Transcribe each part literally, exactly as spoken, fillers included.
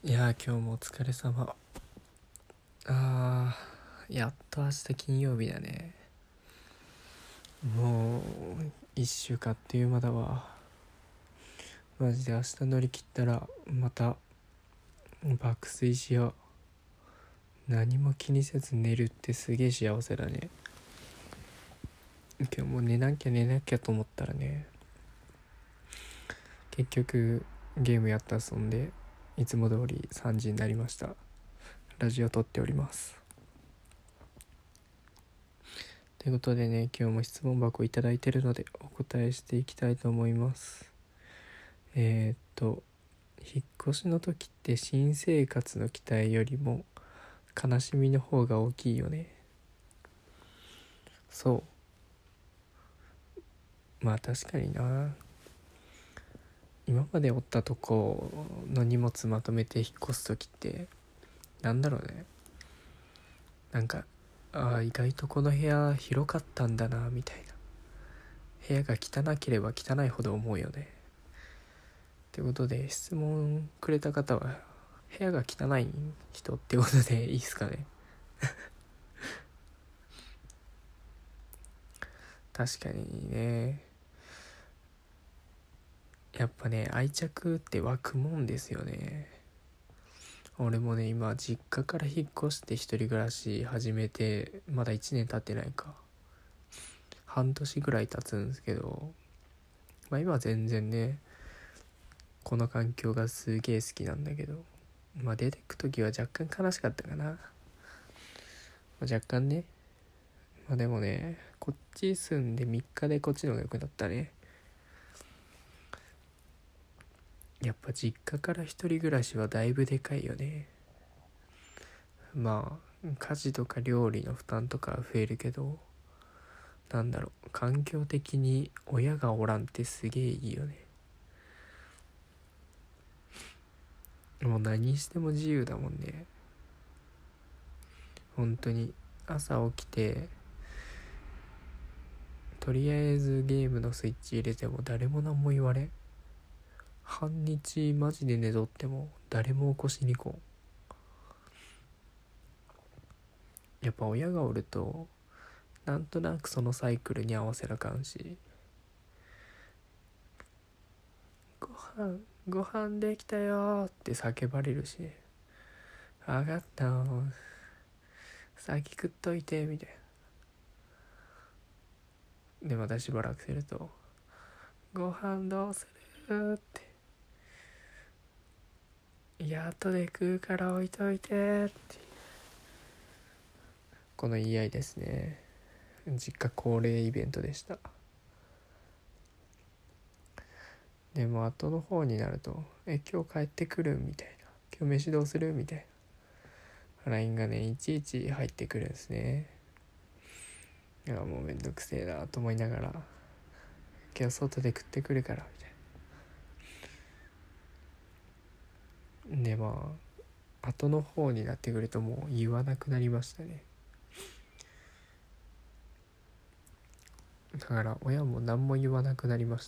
いやー今日もお疲れ様。あーやっと明日金曜日だね。もう一週間っていう間だわ。マジで明日乗り切ったらまた爆睡しよう。何も気にせず寝るってすげえ幸せだね。今日もう寝なきゃ寝なきゃと思ったらね、結局ゲームやった遊んでいつも通りさんじになりました。ラジオ撮っております。ということでね、今日も質問箱いただいてるのでお答えしていきたいと思います。えー、っと引っ越しの時って新生活の期待よりも悲しみの方が大きいよね。そう、まあ確かにな。今までおったとこの荷物まとめて引っ越す時ってなんだろうね、なんかああ意外とこの部屋広かったんだなみたいな。部屋が汚ければ汚いほど思うよね。ということで質問くれた方は部屋が汚い人ってことでいいですかね。確かにね、やっぱね愛着って湧くもんですよね。俺もね今実家から引っ越して一人暮らし始めてまだいちねん経ってないか、半年ぐらい経つんですけど、まあ今は全然ねこの環境がすげえ好きなんだけど、まあ出てく時は若干悲しかったかな、まあ、若干ね。まあでもねこっち住んでみっかでこっちの方が良くなったね。やっぱ実家から一人暮らしはだいぶでかいよね。まあ家事とか料理の負担とかは増えるけど、なんだろう、環境的に親がおらんってすげえいいよね。もう何しても自由だもんね。本当に朝起きてとりあえずゲームのスイッチ入れても誰も何も言われん。半日マジで寝とっても誰も起こしに来ん。やっぱ親がおるとなんとなくそのサイクルに合わせなあかんし、ご飯ご飯できたよって叫ばれるし、あがったん先食っといてみたいな。でまたしばらくするとご飯どうするって、いや後で食うから置いといてって、この言い合いですね。実家恒例イベントでした。でも後の方になるとえ今日帰ってくるみたいな、今日飯どうするみたいな ライン がねいちいち入ってくるんですね。いやもうめんどくせえなと思いながら、今日外で食ってくるからみたいな。でまあ後の方になってくるともう言わなくなりましたね。だから親も何も言わなくなりました。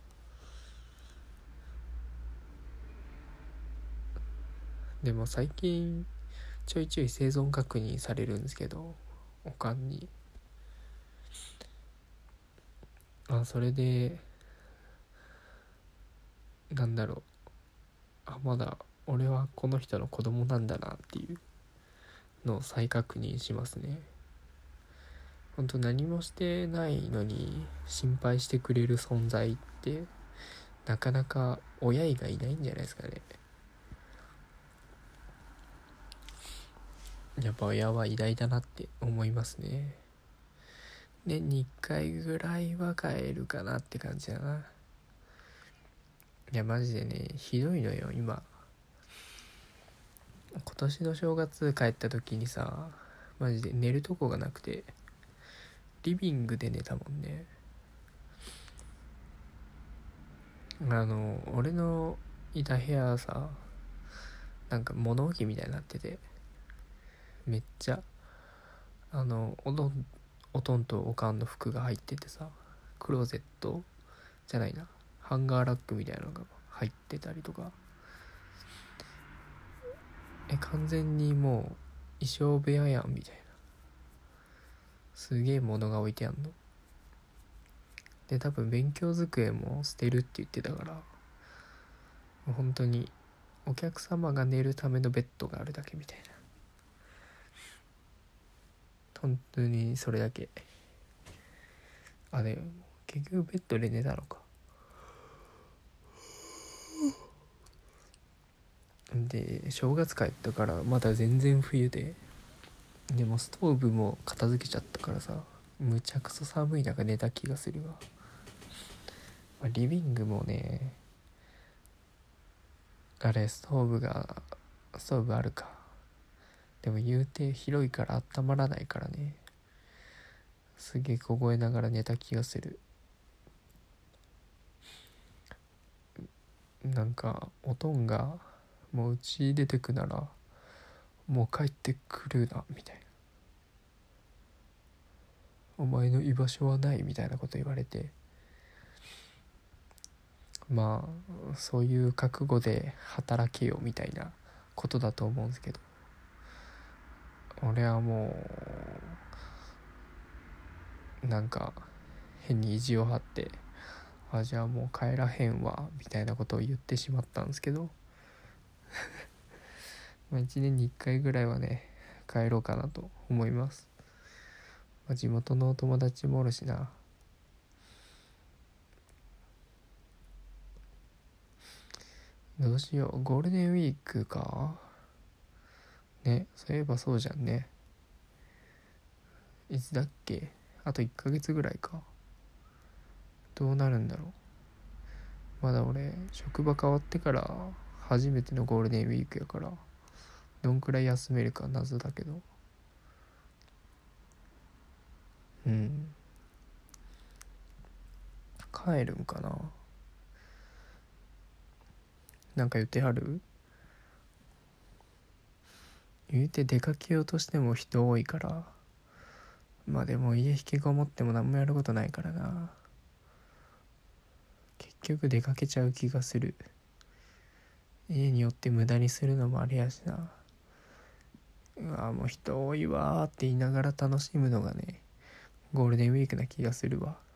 でも最近ちょいちょい生存確認されるんですけど、おかんに。あそれでなんだろう、あまだ俺はこの人の子供なんだなっていうのを再確認しますね。ほんと何もしてないのに心配してくれる存在ってなかなか親以外いないんじゃないですかね。やっぱ親は偉大だなって思いますね。年にいっかいぐらいは帰るかなって感じだな。いやマジでねひどいのよ今。今年の正月帰った時にさ、マジで寝るとこがなくてリビングで寝たもんね。あの俺のいた部屋さ、なんか物置みたいになってて、めっちゃあのおとんおとんとおかんの服が入っててさ、クローゼットじゃないなハンガーラックみたいなのが入ってたりとか、 え完全にもう衣装部屋やんみたいな、すげえ物が置いてあんので、多分勉強机も捨てるって言ってたから、もう本当にお客様が寝るためのベッドがあるだけみたいな、本当にそれだけ。あれ結局ベッドで寝たのか。で正月帰ったからまだ全然冬で、でもストーブも片付けちゃったからさ、むちゃくそ寒い中寝た気がするわ。まあリビングもね、あれストーブがストーブあるか。でも言うて広いから温まらないからね、すげえ凍えながら寝た気がする。なんかおとんがもううち出てくならもう帰ってくるなみたいな、お前の居場所はないみたいなこと言われて、まあそういう覚悟で働けよみたいなことだと思うんですけど、俺はもうなんか変に意地を張って、あじゃあもう帰らへんわみたいなことを言ってしまったんですけどまあいちねんにいっかいぐらいはね帰ろうかなと思います。まあ、地元のお友達もおるしな。どうしよう、ゴールデンウィークかね、そういえばそうじゃんね。いつだっけ、あといっかげつぐらいか。どうなるんだろう。まだ俺職場変わってから初めてのゴールデンウィークやから、どんくらい休めるか謎だけど、うん帰るんかな。なんか予定ある？言うて出かけようとしても人多いから、まあでも家引きこもっても何もやることないからな。結局出かけちゃう気がする。家によって無駄にするのもあれやしな。うわもう人多いわーって言いながら楽しむのがねゴールデンウィークな気がするわ。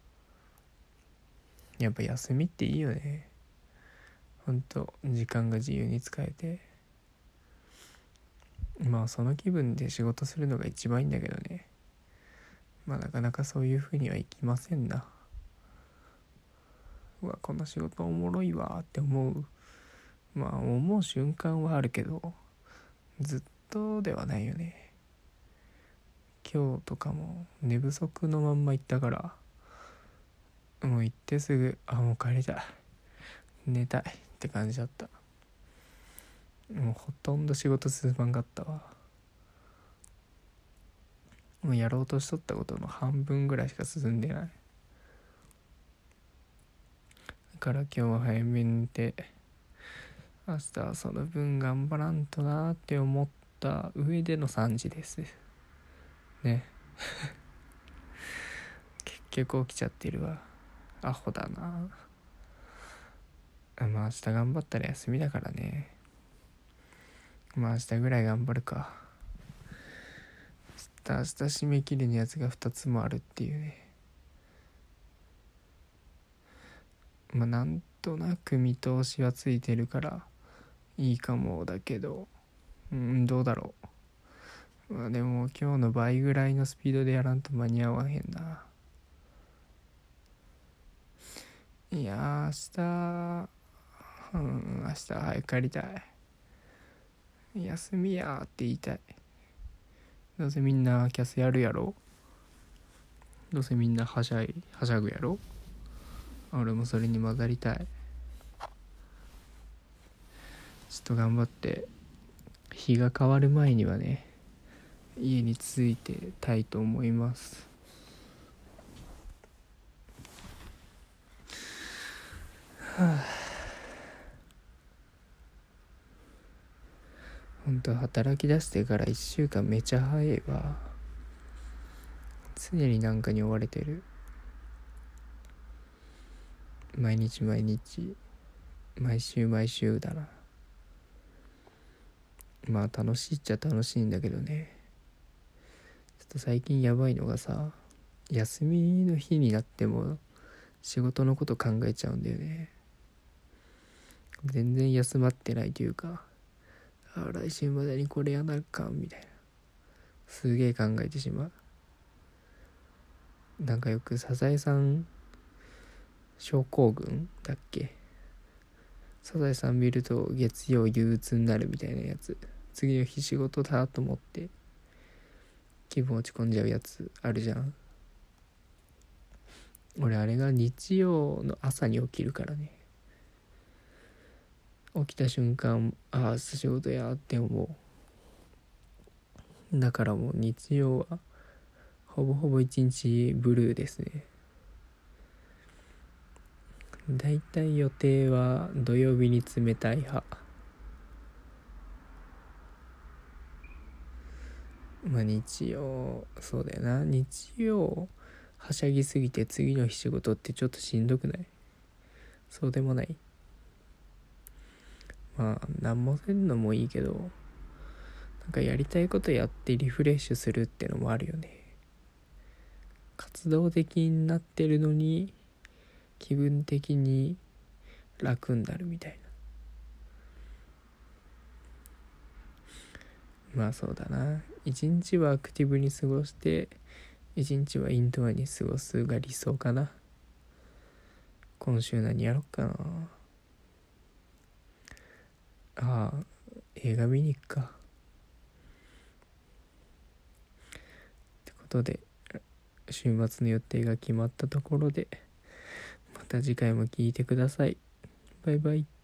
やっぱ休みっていいよね。ほんと時間が自由に使えて、まあその気分で仕事するのが一番いいんだけどね。まあなかなかそういう風にはいきませんな。うわこの仕事おもろいわって思う、まあ思う瞬間はあるけどずっとではないよね。今日とかも寝不足のまんま行ったから、もう行ってすぐあもう帰りたい寝たいって感じだった。もうほとんど仕事進まんかったわ。もうやろうとしとったことの半分ぐらいしか進んでない。だから今日は早めに寝て、明日はその分頑張らんとなって思った上でのさんじですね。結局起きちゃってるわ。アホだな。まあ明日頑張ったら休みだからね。まあ明日ぐらい頑張るか。明日締め切りのやつがふたつもあるっていうね。まあなんとなく見通しはついてるからいいかもだけど、うんどうだろう。まあでも今日の倍ぐらいのスピードでやらんと間に合わへんな。いやー明日うん明日早く帰りたい。休みやーって言いたい。どうせみんなキャスやるやろ。どうせみんなはしゃいはしゃぐやろ。俺もそれに混ざりたい。ちょっと頑張って日が変わる前にはね家に着いてたいと思います。はあ、ほんと働き出してからいっしゅうかんめちゃ早いわ。常になんかに追われてる。毎日毎日毎週毎週だな。 まあ楽しいっちゃ楽しいんだけどね。ちょっと最近やばいのがさ、休みの日になっても仕事のこと考えちゃうんだよね。全然休まってないというか、あ来週までにこれやなるかみたいな、すげえ考えてしまう。なんかよくサザエさん症候群だっけ、サザエさん見ると月曜憂鬱になるみたいなやつ、次の日仕事だと思って気分落ち込んじゃうやつあるじゃん。俺あれが日曜の朝に起きるからね。起きた瞬間、ああ明日仕事やって思う。だからもう日曜はほぼほぼ一日ブルーですね。だいたい予定は土曜日に冷たい派。まあ日曜、そうだよな、日曜はしゃぎすぎて次の日仕事ってちょっとしんどくない？そうでもない？まあ何もせんのもいいけど、なんかやりたいことやってリフレッシュするってのもあるよね。活動的になってるのに気分的に楽になるみたいな。まあそうだな、一日はアクティブに過ごして一日はインドアに過ごすが理想かな。今週何やろっかな。ああ映画見に行くか。ってことで週末の予定が決まったところで、また次回も聞いてください。バイバイ。